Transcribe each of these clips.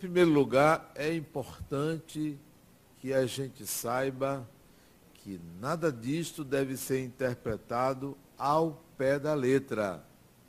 primeiro lugar, é importante que a gente saiba que nada disto deve ser interpretado ao pé da letra.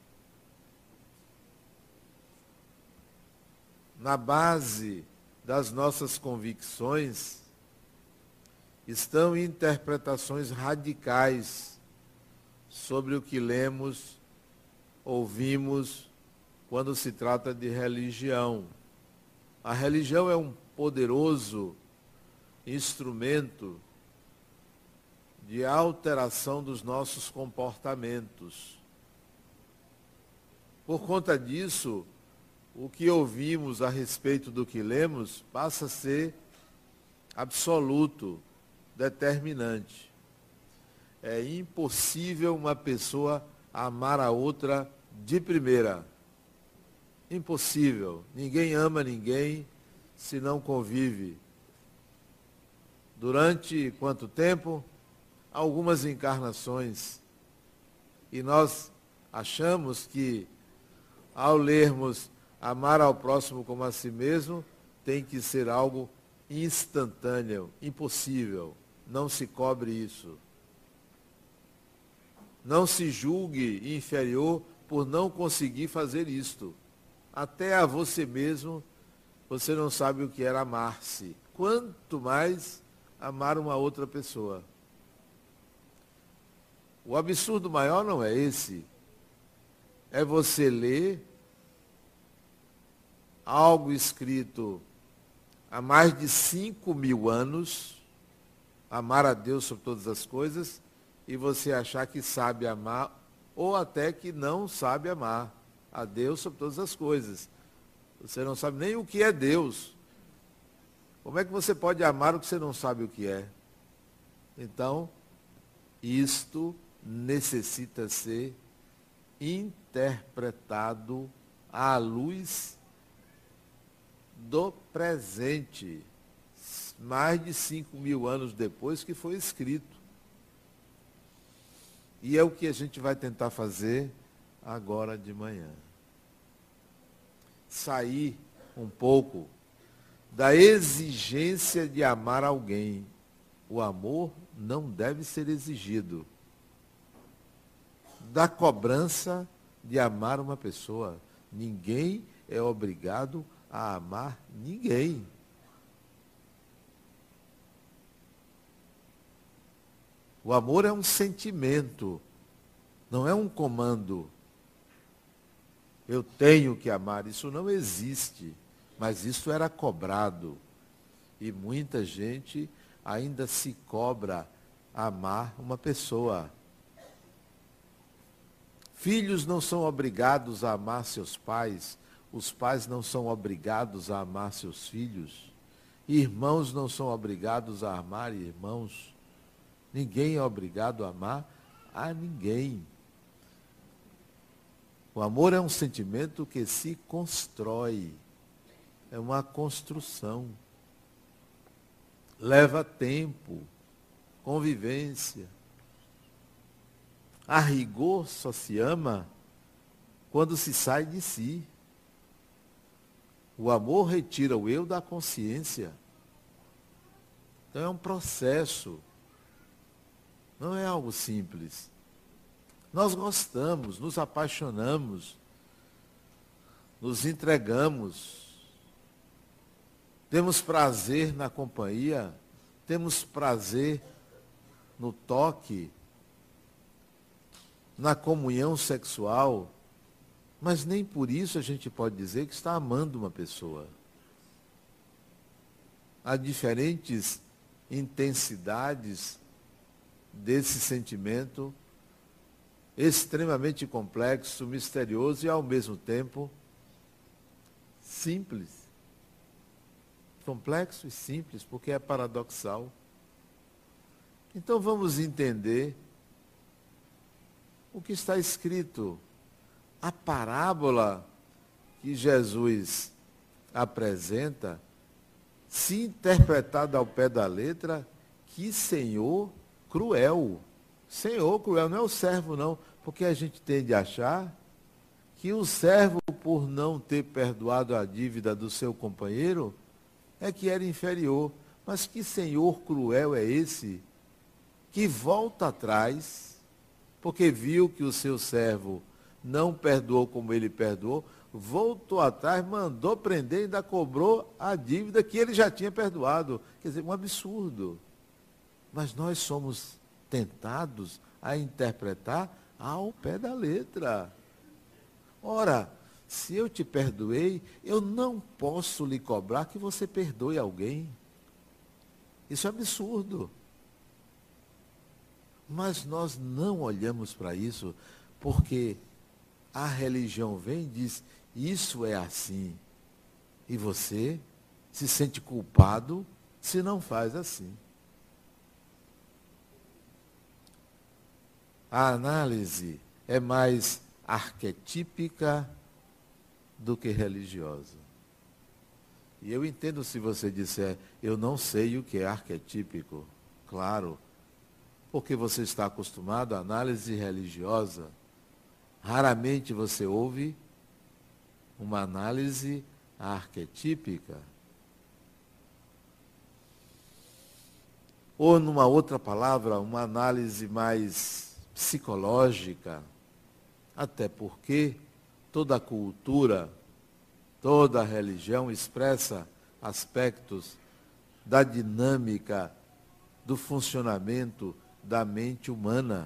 Na base das nossas convicções estão interpretações radicais sobre o que lemos, ouvimos, quando se trata de religião. A religião é um poderoso instrumento de alteração dos nossos comportamentos. Por conta disso, o que ouvimos a respeito do que lemos passa a ser absoluto, determinante. É impossível uma pessoa amar a outra de primeira. Impossível. Ninguém ama ninguém se não convive. Durante quanto tempo? Algumas encarnações. E nós achamos que, ao lermos amar ao próximo como a si mesmo, tem que ser algo instantâneo, impossível. Não se cobre isso. Não se julgue inferior por não conseguir fazer isto. Até a você mesmo, você não sabe o que era amar-se. Quanto mais amar uma outra pessoa. O absurdo maior não é esse. É você ler algo escrito há mais de 5.000 anos, amar a Deus sobre todas as coisas, e você achar que sabe amar, ou até que não sabe amar a Deus sobre todas as coisas. Você não sabe nem o que é Deus. Como é que você pode amar o que você não sabe o que é? Então, isto necessita ser interpretado à luz do presente, mais de 5.000 anos depois que foi escrito. E é o que a gente vai tentar fazer agora de manhã. Sair um pouco da exigência de amar alguém. O amor não deve ser exigido. Da cobrança de amar uma pessoa. Ninguém é obrigado a amar ninguém. O amor é um sentimento, não é um comando. Eu tenho que amar, isso não existe, mas isso era cobrado. E muita gente ainda se cobra amar uma pessoa. Filhos não são obrigados a amar seus pais, os pais não são obrigados a amar seus filhos, irmãos não são obrigados a amar irmãos. Ninguém é obrigado a amar a ninguém. O amor é um sentimento que se constrói. É uma construção. Leva tempo, convivência. A rigor só se ama quando se sai de si. O amor retira o eu da consciência. Então é um processo. Não é algo simples. Nós gostamos, nos apaixonamos, nos entregamos, temos prazer na companhia, temos prazer no toque, na comunhão sexual, mas nem por isso a gente pode dizer que está amando uma pessoa. Há diferentes intensidades desse sentimento extremamente complexo, misterioso e, ao mesmo tempo, simples. Complexo e simples, porque é paradoxal. Então, vamos entender o que está escrito. A parábola que Jesus apresenta, se interpretada ao pé da letra, que Senhor cruel. Senhor cruel, não é o servo não, porque a gente tende a achar que o servo por não ter perdoado a dívida do seu companheiro, é que era inferior. Mas que senhor cruel é esse que volta atrás, porque viu que o seu servo não perdoou como ele perdoou, voltou atrás, mandou prender e ainda cobrou a dívida que ele já tinha perdoado. Quer dizer, um absurdo. Mas nós somos tentados a interpretar ao pé da letra. Ora, se eu te perdoei, eu não posso lhe cobrar que você perdoe alguém. Isso é absurdo. Mas nós não olhamos para isso porque a religião vem e diz, isso é assim. E você se sente culpado se não faz assim. A análise é mais arquetípica do que religiosa. E eu entendo se você disser, eu não sei o que é arquetípico. Claro, porque você está acostumado à análise religiosa. Raramente você ouve uma análise arquetípica. Ou, numa outra palavra, uma análise mais psicológica. Até porque toda cultura, toda religião expressa aspectos da dinâmica, do funcionamento da mente humana.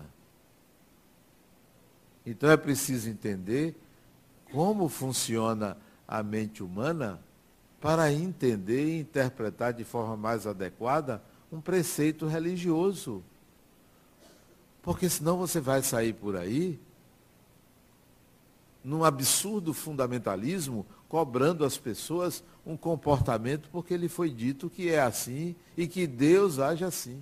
Então é preciso entender como funciona a mente humana para entender e interpretar de forma mais adequada um preceito religioso. Porque senão você vai sair por aí num absurdo fundamentalismo, cobrando às pessoas um comportamento porque lhe foi dito que é assim e que Deus age assim.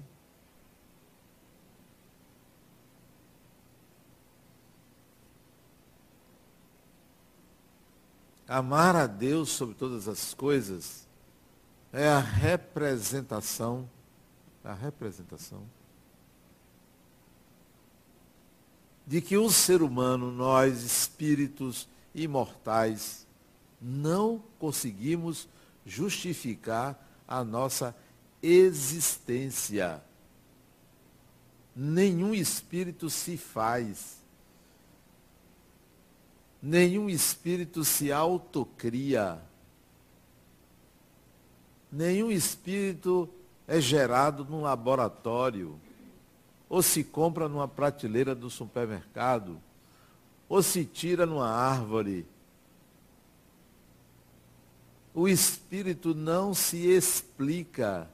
Amar a Deus sobre todas as coisas é a representação de que o ser humano, nós, espíritos imortais, não conseguimos justificar a nossa existência. Nenhum espírito se faz. Nenhum espírito se autocria. Nenhum espírito é gerado num laboratório, ou se compra numa prateleira do supermercado, ou se tira numa árvore. O espírito não se explica.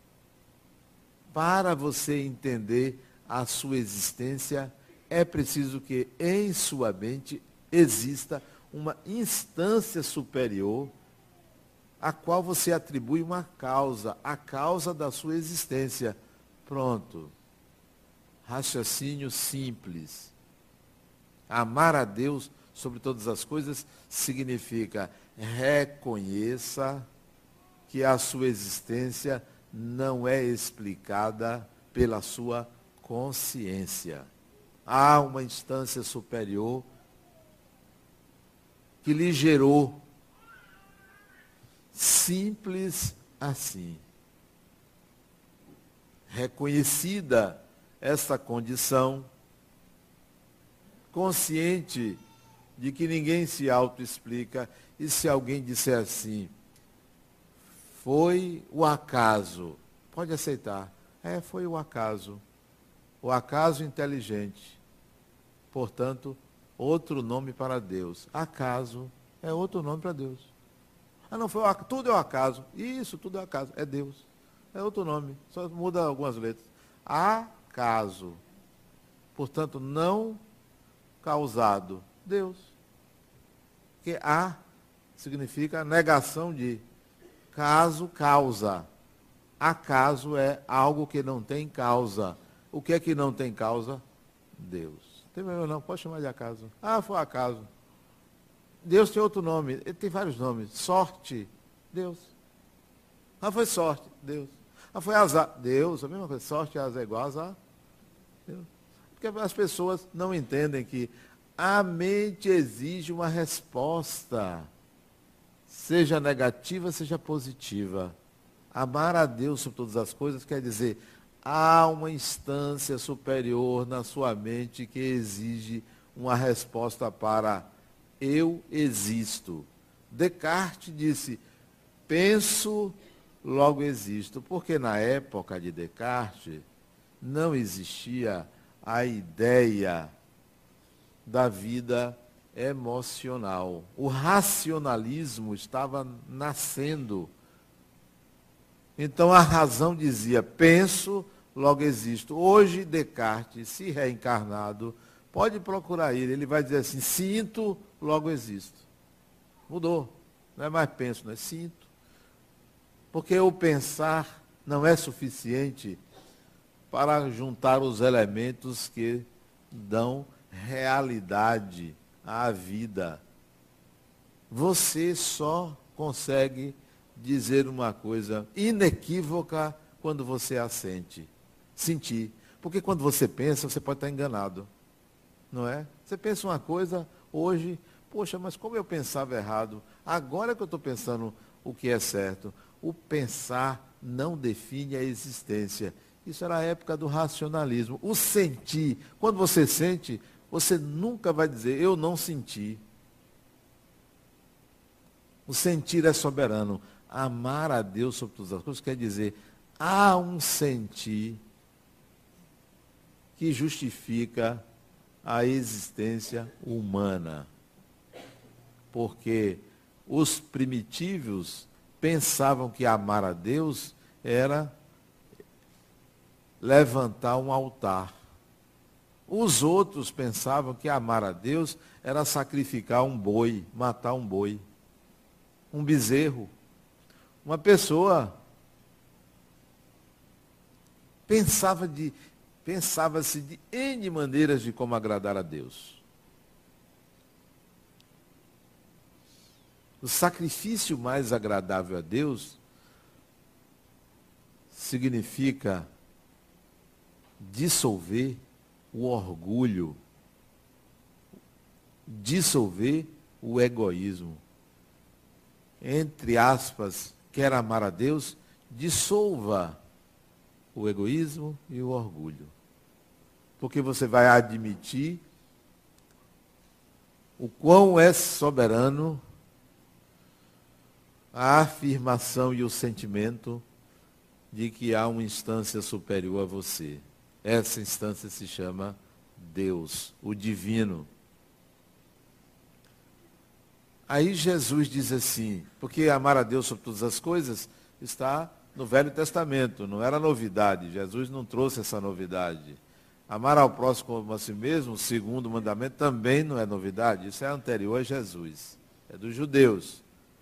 Para você entender a sua existência, é preciso que em sua mente exista uma instância superior a qual você atribui uma causa, a causa da sua existência. Pronto. Raciocínio simples. Amar a Deus sobre todas as coisas significa reconheça que a sua existência não é explicada pela sua consciência. Há uma instância superior que lhe gerou. Simples assim. Reconhecida essa condição, consciente de que ninguém se autoexplica, e se alguém disser assim, foi o acaso, pode aceitar. Foi o acaso inteligente. Portanto, outro nome para Deus. Acaso é outro nome para Deus. Não, tudo é o acaso. Isso, tudo é o acaso. É Deus. É outro nome. Só muda algumas letras. Acaso. Portanto, não causado. Deus. Porque significa negação de. Caso, causa. Acaso é algo que não tem causa. O que é que não tem causa? Deus. Não tem problema não, pode chamar de acaso. Foi acaso. Deus tem outro nome, ele tem vários nomes. Sorte, Deus. Foi sorte, Deus. Foi azar, Deus. A mesma coisa, sorte e azar é igual a azar, Deus. Porque as pessoas não entendem que A mente exige uma resposta, seja negativa, seja positiva. Amar a Deus sobre todas as coisas quer dizer, há uma instância superior na sua mente que exige uma resposta para eu existo. Descartes disse, penso, logo existo. Porque na época de Descartes não existia a ideia da vida emocional. O racionalismo estava nascendo. Então a razão dizia, penso, logo existo. Hoje, Descartes, se reencarnado, pode procurar ele vai dizer assim, sinto, logo existo. Mudou. Não é mais penso, não é sinto. Porque o pensar não é suficiente para juntar os elementos que dão realidade à vida. Você só consegue dizer uma coisa inequívoca quando você a sente. Sentir. Porque quando você pensa, você pode estar enganado. Não é? Você pensa uma coisa hoje, poxa, mas como eu pensava errado, agora que eu estou pensando o que é certo. O pensar não define a existência. Isso era a época do racionalismo. O sentir, quando você sente, você nunca vai dizer, eu não senti. O sentir é soberano. Amar a Deus sobre todas as coisas quer dizer, há um sentir que justifica a existência humana. Porque os primitivos pensavam que amar a Deus era levantar um altar. Os outros pensavam que amar a Deus era sacrificar um boi, matar um boi, um bezerro. Uma pessoa pensava-se de N maneiras de como agradar a Deus. O sacrifício mais agradável a Deus significa dissolver o orgulho, dissolver o egoísmo. Entre aspas, quer amar a Deus, dissolva o egoísmo e o orgulho. Porque você vai admitir o quão é soberano a afirmação e o sentimento de que há uma instância superior a você. Essa instância se chama Deus, o divino. Aí Jesus diz assim, porque amar a Deus sobre todas as coisas está no Velho Testamento, não era novidade, Jesus não trouxe essa novidade. Amar ao próximo como a si mesmo, o segundo mandamento, também não é novidade, isso é anterior a Jesus, é dos judeus.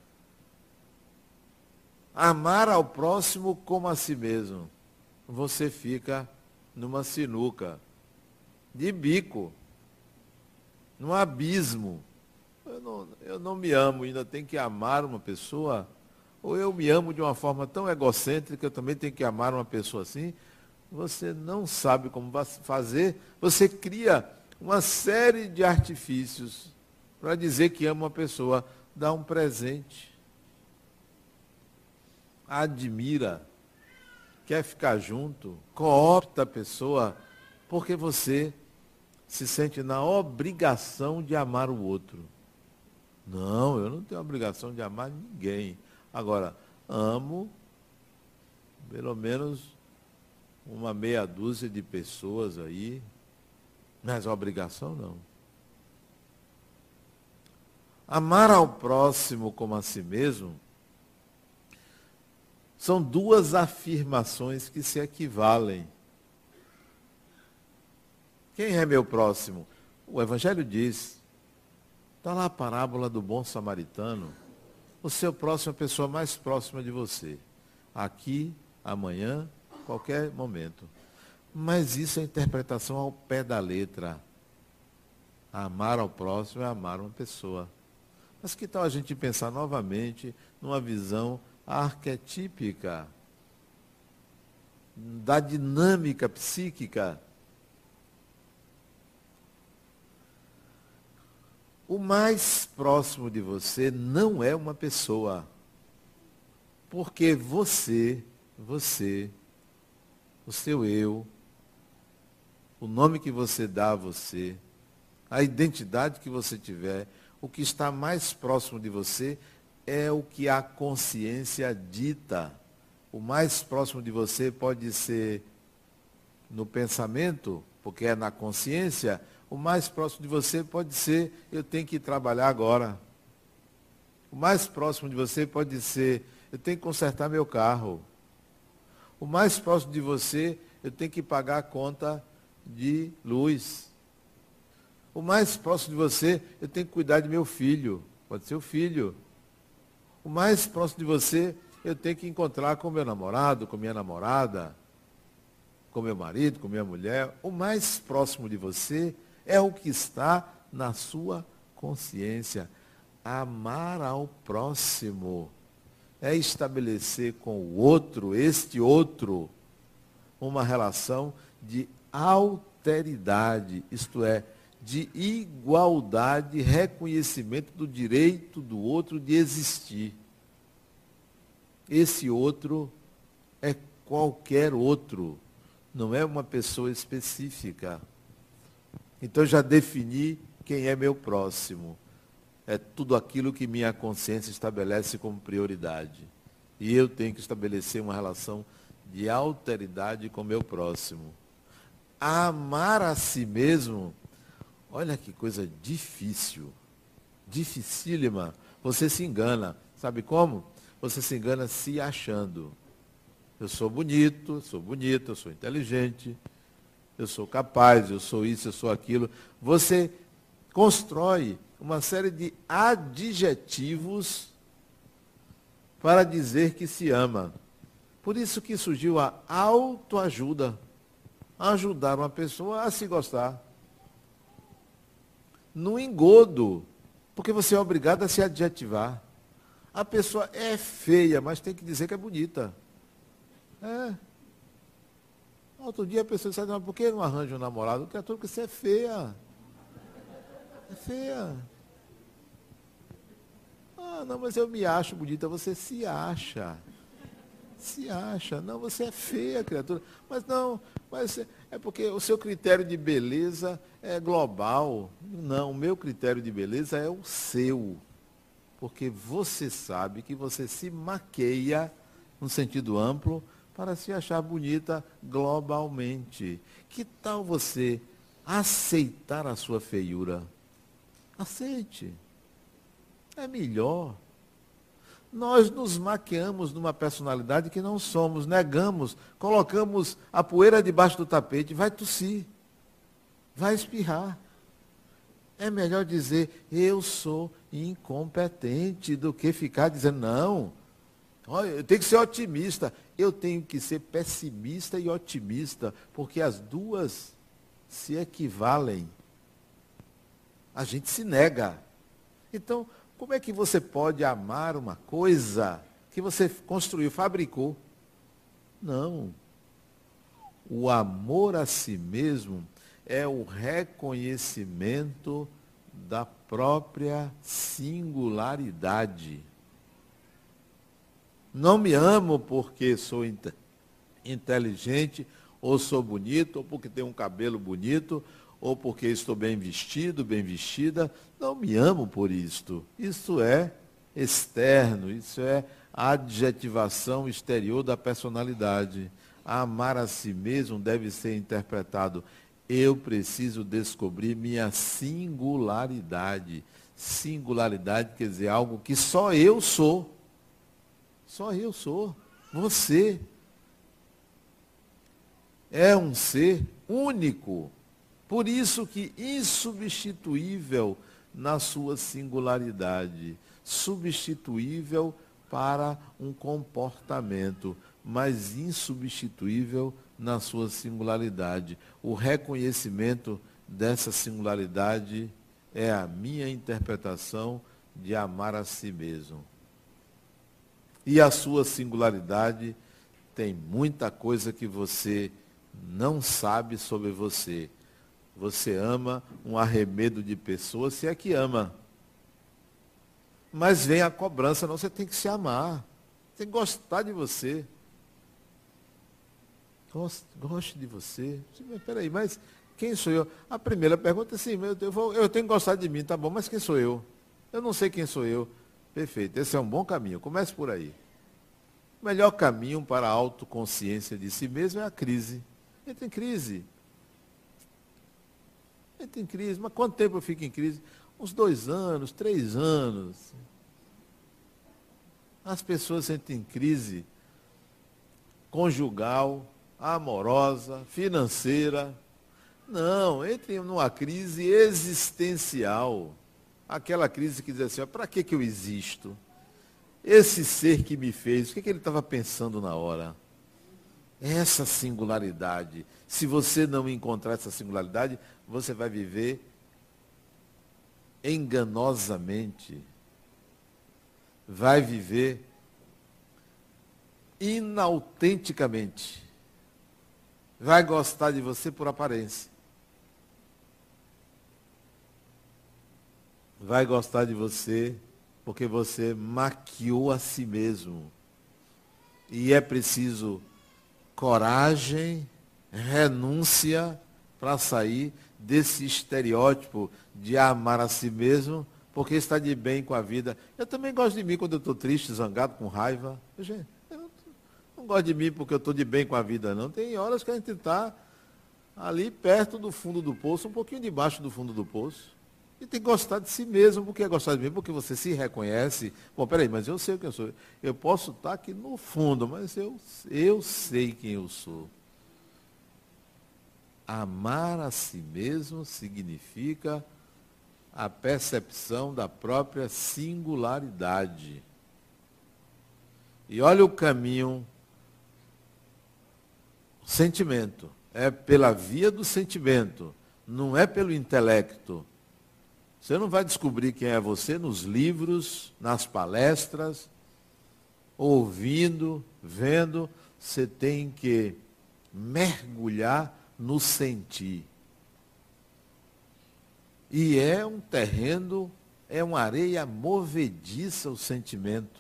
Amar ao próximo como a si mesmo, você fica numa sinuca, de bico, num abismo. Eu não me amo, ainda tenho que amar uma pessoa, ou eu me amo de uma forma tão egocêntrica, eu também tenho que amar uma pessoa assim. Você não sabe como fazer, você cria uma série de artifícios para dizer que ama uma pessoa. Dá um presente, admira, quer ficar junto, coopta a pessoa, porque você se sente na obrigação de amar o outro. Não, eu não tenho obrigação de amar ninguém. Agora, amo pelo menos uma meia dúzia de pessoas aí, mas a obrigação não. Amar ao próximo como a si mesmo são duas afirmações que se equivalem. Quem é meu próximo? O Evangelho diz, está lá a parábola do bom samaritano. O seu próximo é a pessoa mais próxima de você. Aqui, amanhã, qualquer momento. Mas isso é interpretação ao pé da letra. Amar ao próximo é amar uma pessoa. Mas que tal a gente pensar novamente numa visão arquetípica da dinâmica psíquica? O mais próximo de você não é uma pessoa. Porque você, o seu eu, o nome que você dá a você, a identidade que você tiver, o que está mais próximo de você é o que a consciência dita. O mais próximo de você pode ser no pensamento, porque é na consciência. O mais próximo de você pode ser, eu tenho que trabalhar agora. O mais próximo de você pode ser, eu tenho que consertar meu carro. O mais próximo de você, eu tenho que pagar a conta de luz. O mais próximo de você, eu tenho que cuidar de meu filho. Pode ser o filho. O mais próximo de você, eu tenho que encontrar com meu namorado, com minha namorada, com meu marido, com minha mulher. O mais próximo de você é o que está na sua consciência. Amar ao próximo é estabelecer com o outro, este outro, uma relação de alteridade, isto é, de igualdade, reconhecimento do direito do outro de existir. Esse outro é qualquer outro, não é uma pessoa específica. Então já defini quem é meu próximo. É tudo aquilo que minha consciência estabelece como prioridade. E eu tenho que estabelecer uma relação de alteridade com meu próximo. Amar a si mesmo, olha que coisa difícil, dificílima. Você se engana. Sabe como? Você se engana se achando. Eu sou bonito, eu sou bonita, eu sou inteligente, eu sou capaz, eu sou isso, eu sou aquilo. Você constrói uma série de adjetivos para dizer que se ama. Por isso que surgiu a autoajuda. Ajudar uma pessoa a se gostar. No engodo, porque você é obrigado a se adjetivar. A pessoa é feia, mas tem que dizer que é bonita. É. Outro dia a pessoa disse, mas por que não arranja um namorado? Porque você é feia. É feia. Ah, não, mas eu me acho bonita. Você se acha. Se acha. Não, você é feia, criatura. Mas não, mas é porque o seu critério de beleza é global. Não, o meu critério de beleza é o seu. Porque você sabe que você se maqueia, no sentido amplo, para se achar bonita globalmente. Que tal você aceitar a sua feiura? Aceite. É melhor. Nós nos maquiamos numa personalidade que não somos, negamos, colocamos a poeira debaixo do tapete, vai tossir, vai espirrar. É melhor dizer, eu sou incompetente, do que ficar dizendo, não, eu tenho que ser otimista. Eu tenho que ser pessimista e otimista, porque as duas se equivalem. A gente se nega. Então, como é que você pode amar uma coisa que você construiu, fabricou? Não. O amor a si mesmo é o reconhecimento da própria singularidade. Não me amo porque sou inteligente, ou sou bonito, ou porque tenho um cabelo bonito, ou porque estou bem vestido, bem vestida. Não me amo por isto. Isso é externo, isso é a adjetivação exterior da personalidade. Amar a si mesmo deve ser interpretado. Eu preciso descobrir minha singularidade. Singularidade quer dizer algo que só eu sou. Só eu sou. Você é um ser único. Por isso que insubstituível na sua singularidade. Substituível para um comportamento, mas insubstituível na sua singularidade. O reconhecimento dessa singularidade é a minha interpretação de amar a si mesmo. E a sua singularidade tem muita coisa que você não sabe sobre você. Você ama um arremedo de pessoas, se é que ama. Mas vem a cobrança, não, você tem que se amar. Você tem que gostar de você. Goste de você. Peraí, mas quem sou eu? A primeira pergunta é assim, eu tenho que gostar de mim, tá bom, mas quem sou eu? Eu não sei quem sou eu. Perfeito, esse é um bom caminho. Comece por aí. O melhor caminho para a autoconsciência de si mesmo é a crise. Entra em crise. Entra em crise. Mas quanto tempo eu fico em crise? Uns 2 anos, 3 anos. As pessoas entram em crise conjugal, amorosa, financeira. Não, entrem numa crise existencial. Aquela crise que diz assim, para que eu existo? Esse ser que me fez, o que ele estava pensando na hora? Essa singularidade. Se você não encontrar essa singularidade, você vai viver enganosamente. Vai viver inautenticamente. Vai gostar de você por aparência. Vai gostar de você porque você maquiou a si mesmo. E é preciso coragem, renúncia para sair desse estereótipo de amar a si mesmo, porque está de bem com a vida. Eu também gosto de mim quando eu estou triste, zangado, com raiva. Eu não gosto de mim porque eu estou de bem com a vida, não. Tem horas que a gente está ali perto do fundo do poço, um pouquinho debaixo do fundo do poço. E tem que gostar de si mesmo. Por que gostar de mim? Porque você se reconhece. Bom, peraí, mas eu sei quem eu sou. Eu posso estar aqui no fundo, mas eu sei quem eu sou. Amar a si mesmo significa a percepção da própria singularidade. E olha o caminho. Sentimento. É pela via do sentimento. Não é pelo intelecto. Você não vai descobrir quem é você nos livros, nas palestras, ouvindo, vendo. Você tem que mergulhar no sentir. E é um terreno, é uma areia movediça o sentimento.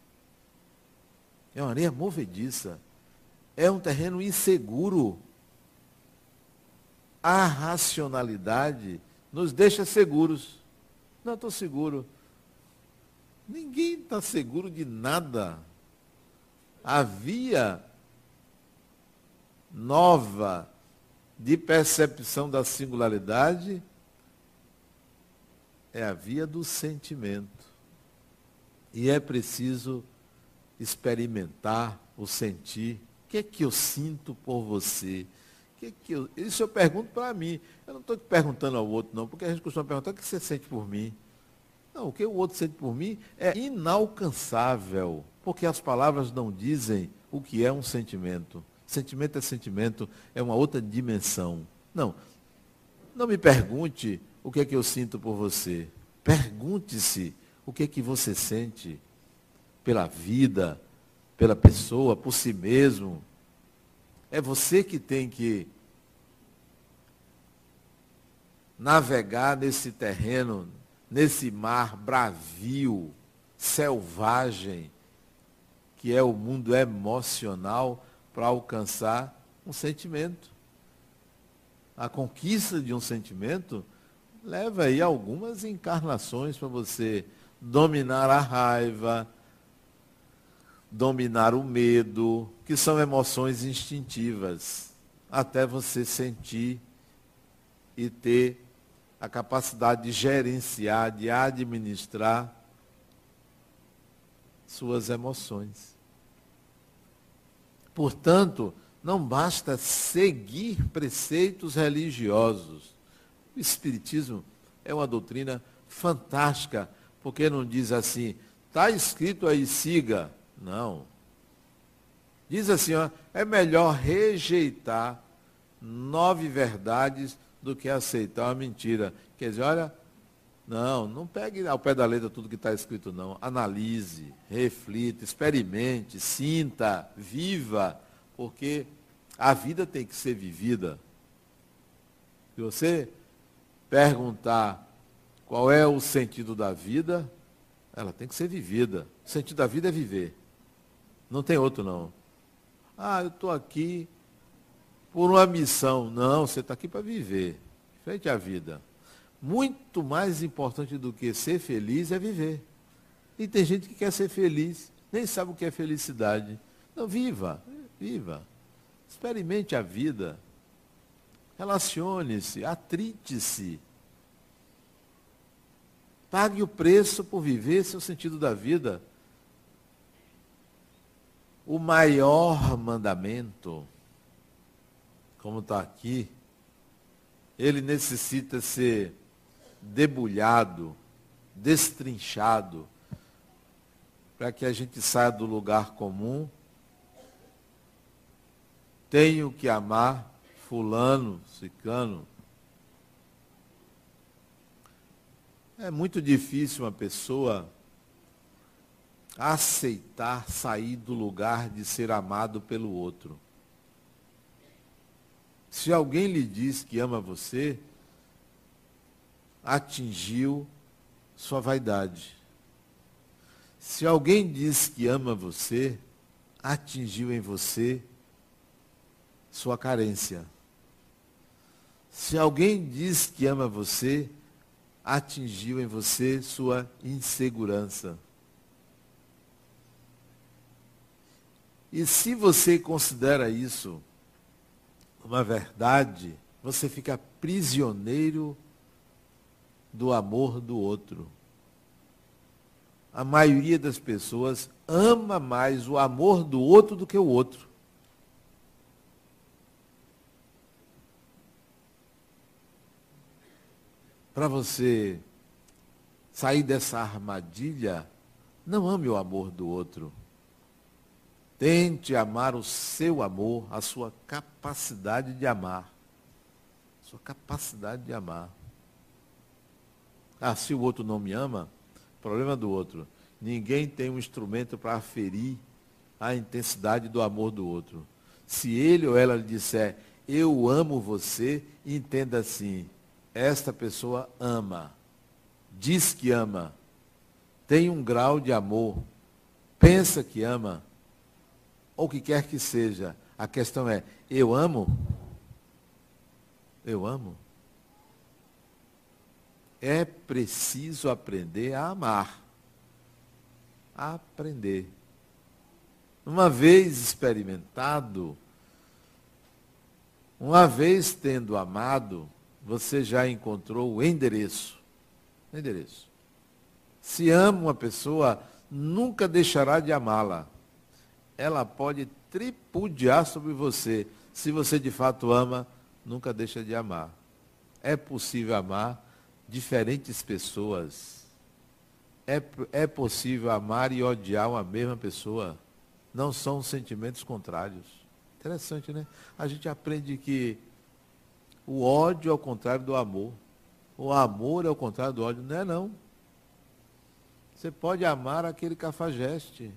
É uma areia movediça. É um terreno inseguro. A racionalidade nos deixa seguros. Não, estou seguro. Ninguém está seguro de nada. A via nova de percepção da singularidade é a via do sentimento. E é preciso experimentar o sentir. O que é que eu sinto por você? Isso eu pergunto para mim. Eu não estou perguntando ao outro, não, porque a gente costuma perguntar o que você sente por mim. Não, o que o outro sente por mim é inalcançável, porque as palavras não dizem o que é um sentimento. Sentimento, é uma outra dimensão. Não me pergunte o que é que eu sinto por você. Pergunte-se o que é que você sente pela vida, pela pessoa, por si mesmo. É você que tem que navegar nesse terreno, nesse mar bravio, selvagem, que é o mundo emocional, para alcançar um sentimento. A conquista de um sentimento leva aí algumas encarnações para você dominar a raiva, dominar o medo, que são emoções instintivas, até você sentir e ter a capacidade de gerenciar, de administrar suas emoções. Portanto, não basta seguir preceitos religiosos. O Espiritismo é uma doutrina fantástica, porque não diz assim, está escrito aí, siga. Não. Diz assim, ó, é melhor rejeitar 9 verdades do que aceitar uma mentira. Quer dizer, olha, não pegue ao pé da letra tudo que está escrito, não. Analise, reflita, experimente, sinta, viva, porque a vida tem que ser vivida. Se você perguntar qual é o sentido da vida, ela tem que ser vivida. O sentido da vida é viver. Não tem outro, não. Ah, eu estou aqui por uma missão. Não, você está aqui para viver. Frente à vida. Muito mais importante do que ser feliz é viver. E tem gente que quer ser feliz, nem sabe o que é felicidade. Não, viva, viva. Experimente a vida. Relacione-se, atrite-se. Pague o preço por viver seu sentido da vida. O maior mandamento, como está aqui, ele necessita ser debulhado, destrinchado, para que a gente saia do lugar comum. Tenho que amar fulano, ciclano. É muito difícil uma pessoa aceitar sair do lugar de ser amado pelo outro. Se alguém lhe diz que ama você, atingiu sua vaidade. Se alguém diz que ama você, atingiu em você sua carência. Se alguém diz que ama você, atingiu em você sua insegurança. E se você considera isso uma verdade, você fica prisioneiro do amor do outro. A maioria das pessoas ama mais o amor do outro do que o outro. Para você sair dessa armadilha, não ame o amor do outro. Tente amar o seu amor, a sua capacidade de amar. Sua capacidade de amar. Ah, se o outro não me ama, problema do outro. Ninguém tem um instrumento para aferir a intensidade do amor do outro. Se ele ou ela lhe disser, eu amo você, entenda assim, esta pessoa ama, diz que ama, tem um grau de amor, pensa que ama, ou o que quer que seja. A questão é, eu amo? Eu amo? É preciso aprender a amar. Aprender. Uma vez experimentado, uma vez tendo amado, você já encontrou o endereço. Endereço. Se ama uma pessoa, nunca deixará de amá-la. Ela pode tripudiar sobre você. Se você de fato ama, nunca deixa de amar. É possível amar diferentes pessoas. É possível amar e odiar uma mesma pessoa. Não são sentimentos contrários. Interessante, né? A gente aprende que o ódio é o contrário do amor. O amor é o contrário do ódio. Não é, não. Você pode amar aquele cafajeste.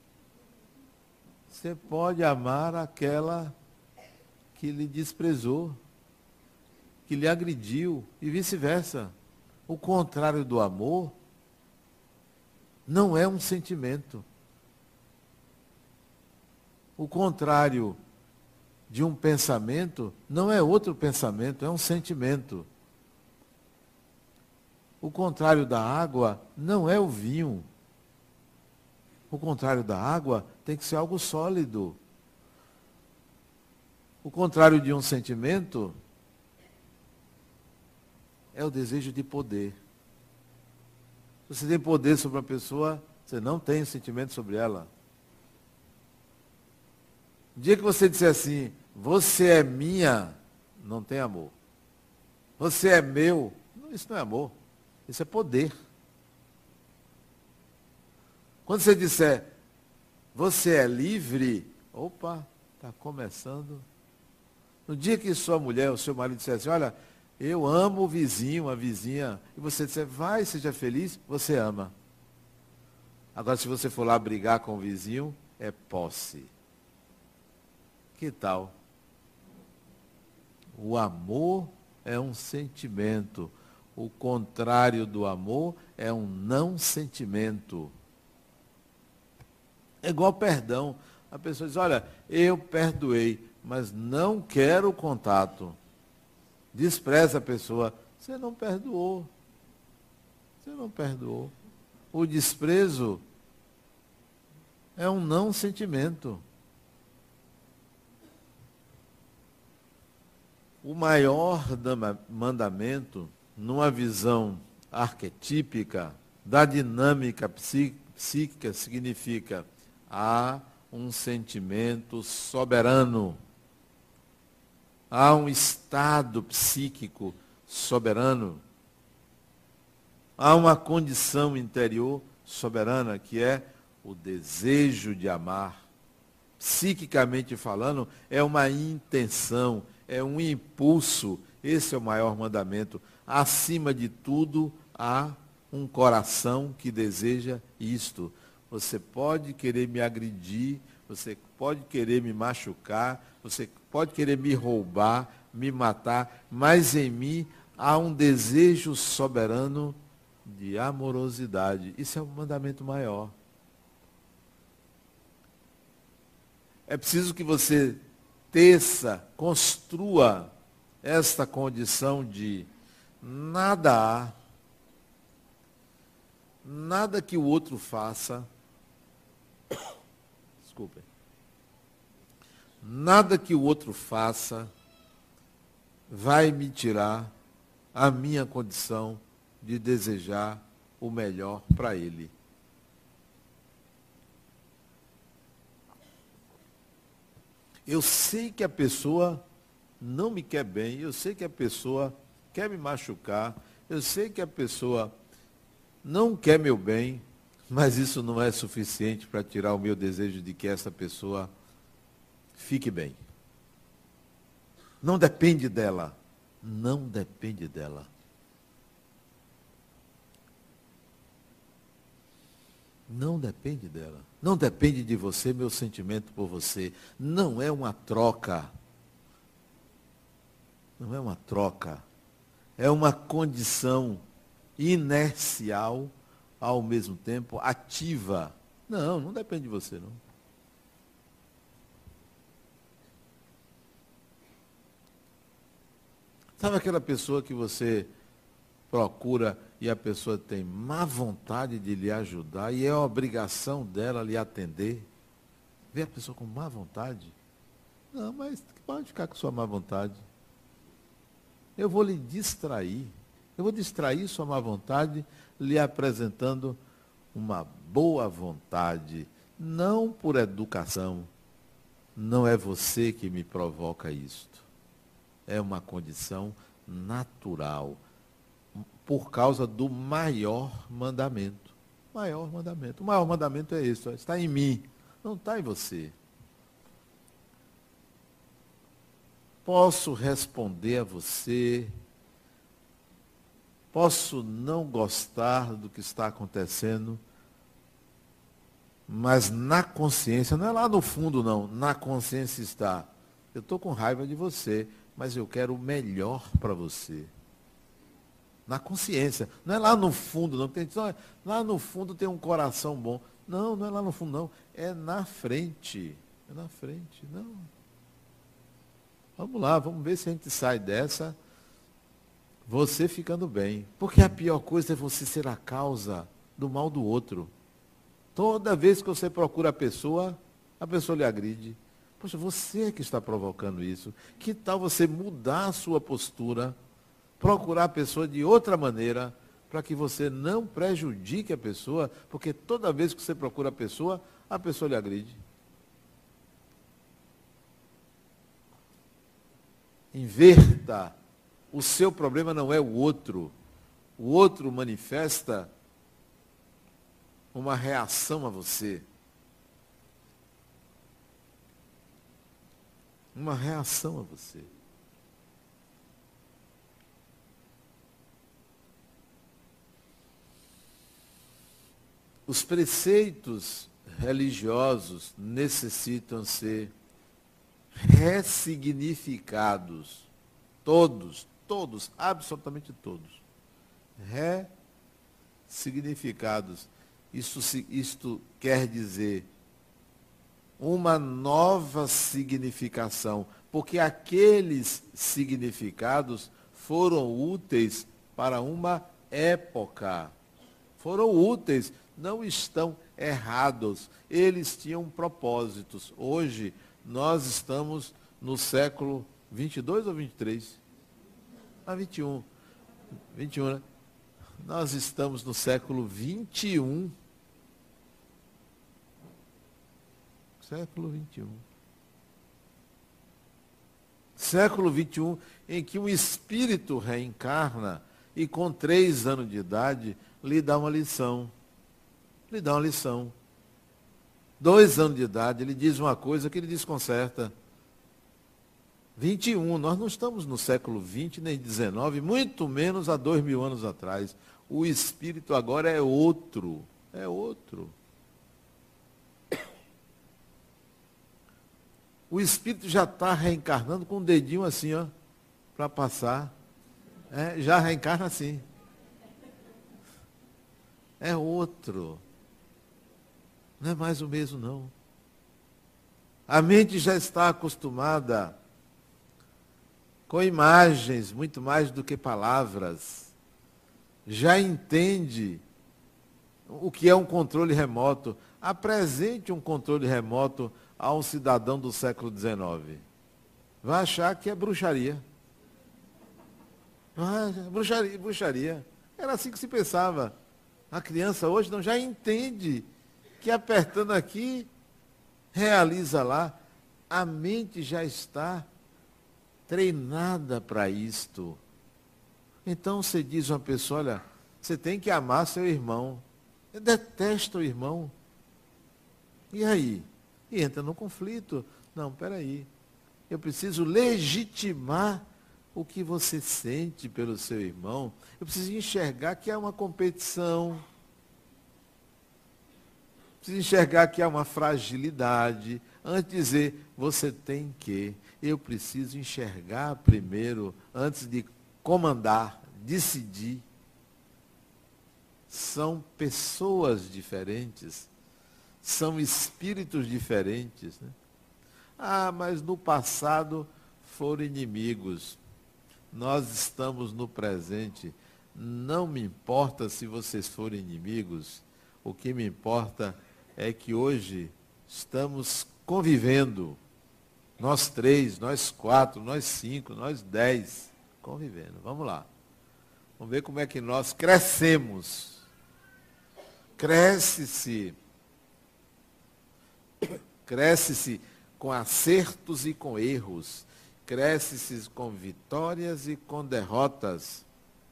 Você pode amar aquela que lhe desprezou, que lhe agrediu, e vice-versa. O contrário do amor não é um sentimento. O contrário de um pensamento não é outro pensamento, é um sentimento. O contrário da água não é o vinho. O contrário da água tem que ser algo sólido. O contrário de um sentimento é o desejo de poder. Se você tem poder sobre uma pessoa, você não tem sentimento sobre ela. No dia que você disser assim, você é minha, não tem amor. Você é meu, isso não é amor, isso é poder. Quando você disser, você é livre, opa, está começando. No dia que sua mulher ou seu marido disser assim, olha, eu amo o vizinho, a vizinha, e você disser, vai, seja feliz, você ama. Agora, se você for lá brigar com o vizinho, é posse. Que tal? O amor é um sentimento. O contrário do amor é um não sentimento. É igual perdão. A pessoa diz, olha, eu perdoei, mas não quero o contato. Despreza a pessoa. Você não perdoou. Você não perdoou. O desprezo é um não sentimento. O maior mandamento, numa visão arquetípica da dinâmica psíquica, significa há um sentimento soberano. Há um estado psíquico soberano. Há uma condição interior soberana, que é o desejo de amar. Psiquicamente falando, é uma intenção, é um impulso. Esse é o maior mandamento. Acima de tudo, há um coração que deseja isto. Você pode querer me agredir, você pode querer me machucar, você pode querer me roubar, me matar, mas em mim há um desejo soberano de amorosidade. Isso é um mandamento maior. É preciso que você teça, construa esta condição de nada que o outro faça, desculpem, nada que o outro faça vai me tirar a minha condição de desejar o melhor para ele. Eu sei que a pessoa não me quer bem, eu sei que a pessoa quer me machucar, eu sei que a pessoa não quer meu bem, mas isso não é suficiente para tirar o meu desejo de que essa pessoa fique bem. Não depende dela. Não depende dela. Não depende dela. Não depende de você, meu sentimento por você. Não é uma troca. Não é uma troca. É uma condição inercial, ao mesmo tempo ativa. Não, não depende de você, não. Sabe aquela pessoa que você procura e a pessoa tem má vontade de lhe ajudar e é obrigação dela lhe atender? Vê a pessoa com má vontade? Não, mas pode ficar com sua má vontade. Eu vou lhe distrair. Eu vou distrair sua má vontade lhe apresentando uma boa vontade. Não por educação. Não é você que me provoca isto. É uma condição natural. Por causa do maior mandamento. Maior mandamento. O maior mandamento é esse, está em mim, não está em você. Posso responder a você, posso não gostar do que está acontecendo, mas na consciência, não é lá no fundo não, na consciência está, eu estou com raiva de você, mas eu quero o melhor para você. Na consciência. Não é lá no fundo, não. Tem, lá no fundo tem um coração bom. Não, não é lá no fundo, não. É na frente. É na frente. Não. Vamos lá, vamos ver se a gente sai dessa. Você ficando bem. Porque a pior coisa é você ser a causa do mal do outro. Toda vez que você procura a pessoa lhe agride. Poxa, você é que está provocando isso. Que tal você mudar a sua postura? Procurar a pessoa de outra maneira, para que você não prejudique a pessoa, porque toda vez que você procura a pessoa lhe agride. Inverta. O seu problema não é o outro. O outro manifesta uma reação a você. Uma reação a você. Os preceitos religiosos necessitam ser ressignificados. Todos todos, absolutamente todos, ressignificados. Isto quer dizer uma nova significação, porque aqueles significados foram úteis para uma época. Foram úteis, não estão errados. Eles tinham propósitos. Hoje, nós estamos no século 22 ou 23? 21. 21, né? Nós estamos no século 21. Século 21. Século 21, em que um espírito reencarna e com 3 anos de idade lhe dá uma lição. Lhe dá uma lição. 2 anos de idade, ele diz uma coisa que ele desconcerta. 21, nós não estamos no século 20 nem 19, muito menos há 2000 anos atrás. O espírito agora é outro. É outro. O espírito já está reencarnando com o dedinho assim, ó, para passar. Já reencarna assim. É outro. Não é mais o mesmo, não. A mente já está acostumada com imagens, muito mais do que palavras. Já entende o que é um controle remoto. Apresente um controle remoto a um cidadão do século XIX. Vai achar que é bruxaria. Bruxaria, bruxaria. Era assim que se pensava. A criança hoje não já entende que apertando aqui, realiza lá. A mente já está treinada para isto. Então você diz a uma pessoa, olha, você tem que amar seu irmão. Eu detesto o irmão. E aí? E entra no conflito. Não, peraí. Eu preciso legitimar o que você sente pelo seu irmão. Eu preciso enxergar que há uma competição. Preciso enxergar que há uma fragilidade. Antes de dizer, você tem que. Eu preciso enxergar primeiro, antes de comandar, decidir. São pessoas diferentes. São espíritos diferentes. Né? Mas no passado foram inimigos. Nós estamos no presente. Não me importa se vocês forem inimigos. O que me importa é que hoje estamos convivendo. Nós 3, nós 4, nós 5, nós 10. Convivendo. Vamos lá. Vamos ver como é que nós crescemos. Cresce-se com acertos e com erros. Cresce-se com vitórias e com derrotas.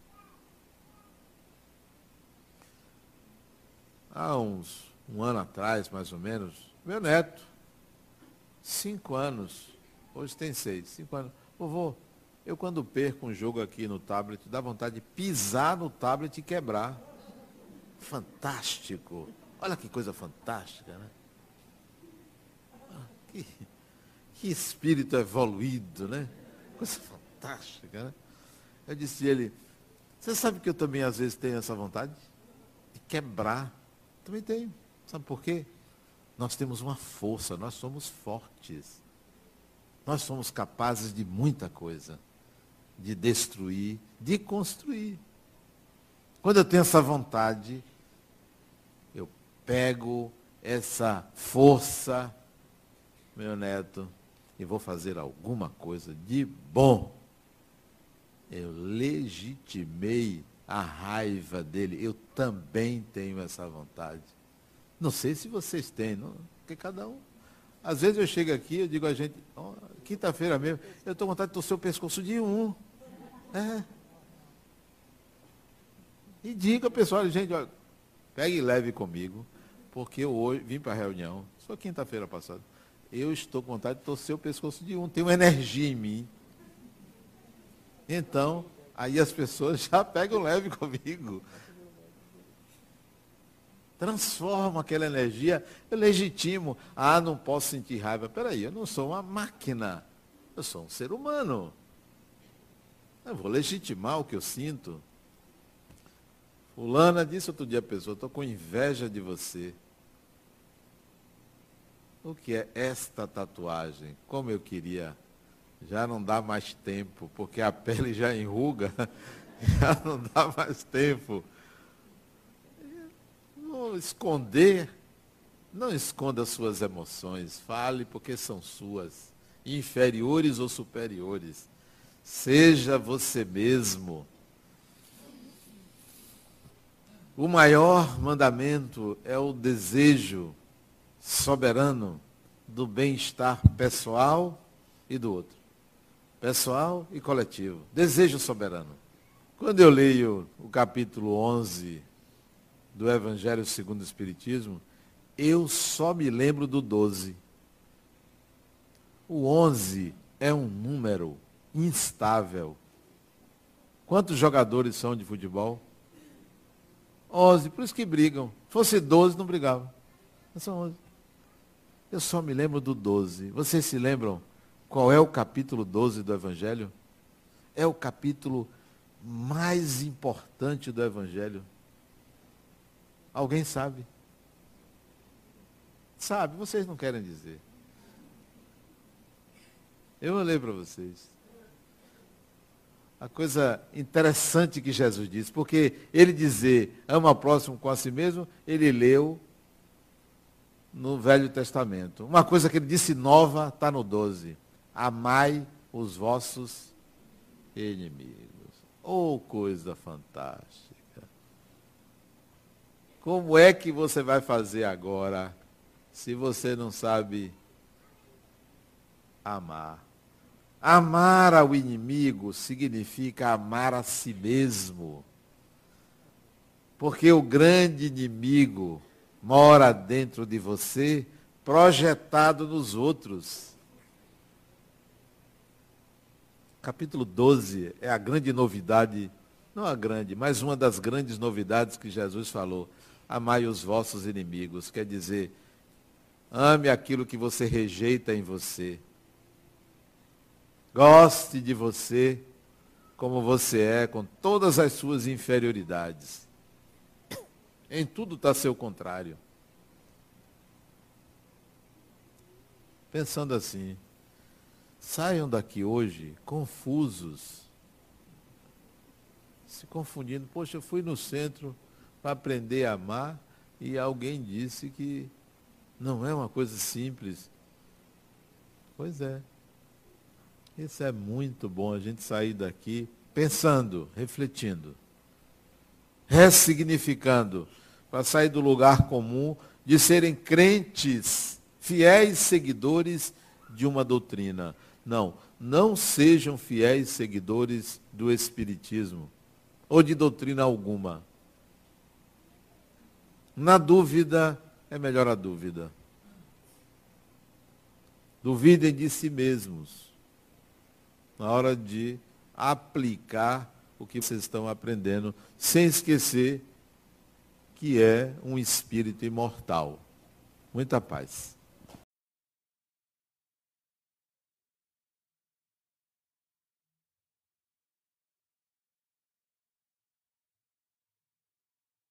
Há um ano atrás, mais ou menos, meu neto, 5 anos, hoje tem 6, 5 anos. Vovô, eu quando perco um jogo aqui no tablet, dá vontade de pisar no tablet e quebrar. Fantástico. Olha que coisa fantástica, né? Que espírito evoluído, né? Coisa fantástica, né? Eu disse a ele, você sabe que eu também às vezes tenho essa vontade de quebrar? Também tenho. Sabe por quê? Nós temos uma força, nós somos fortes. Nós somos capazes de muita coisa. De destruir, de construir. Quando eu tenho essa vontade, eu pego essa força, meu neto, e vou fazer alguma coisa de bom. Eu legitimei a raiva dele. Eu também tenho essa vontade. Não sei se vocês têm, não? Porque cada um. Às vezes eu chego aqui, eu digo a gente, quinta-feira mesmo, eu estou com vontade de torcer o pescoço de um. E diga, pessoal, gente, olha, pegue e leve comigo, porque eu hoje vim para a reunião, só quinta-feira passada. Eu estou com vontade de torcer o pescoço de um, tem uma energia em mim. Então, aí as pessoas já pegam leve comigo. Transforma aquela energia, eu legitimo. Não posso sentir raiva. Peraí, eu não sou uma máquina, eu sou um ser humano. Eu vou legitimar o que eu sinto. Fulana disse outro dia a pessoa, estou com inveja de você. O que é esta tatuagem? Como eu queria. Já não dá mais tempo, porque a pele já enruga. Já não dá mais tempo. Não esconder. Não esconda as suas emoções. Fale porque são suas. Inferiores ou superiores. Seja você mesmo. O maior mandamento é o desejo soberano do bem-estar pessoal e do outro. Pessoal e coletivo. Desejo soberano. Quando eu leio o capítulo 11 do Evangelho segundo o Espiritismo, eu só me lembro do 12. O 11 é um número instável. Quantos jogadores são de futebol? 11, por isso que brigam. Se fosse 12, não brigavam. Mas são 11. Eu só me lembro do 12. Vocês se lembram qual é o capítulo 12 do Evangelho? É o capítulo mais importante do Evangelho. Alguém sabe? Sabe, vocês não querem dizer. Eu vou ler para vocês. A coisa interessante que Jesus disse, porque ele dizer, ama o próximo com a si mesmo, ele leu no Velho Testamento. Uma coisa que ele disse nova está no 12. Amai os vossos inimigos. Oh, coisa fantástica. Como é que você vai fazer agora se você não sabe amar? Amar ao inimigo significa amar a si mesmo. Porque o grande inimigo mora dentro de você, projetado nos outros. Capítulo 12 é a grande novidade, não a grande, mas uma das grandes novidades que Jesus falou. Amai os vossos inimigos, quer dizer, ame aquilo que você rejeita em você. Goste de você como você é, com todas as suas inferioridades. Em tudo está seu contrário. Pensando assim, saiam daqui hoje confusos, se confundindo. Poxa, eu fui no centro para aprender a amar e alguém disse que não é uma coisa simples. Pois é. Isso é muito bom, a gente sair daqui pensando, refletindo, ressignificando, para sair do lugar comum de serem crentes, fiéis seguidores de uma doutrina. Não, não sejam fiéis seguidores do Espiritismo ou de doutrina alguma. Na dúvida, é melhor a dúvida. Duvidem de si mesmos na hora de aplicar o que vocês estão aprendendo, sem esquecer que é um espírito imortal. Muita paz.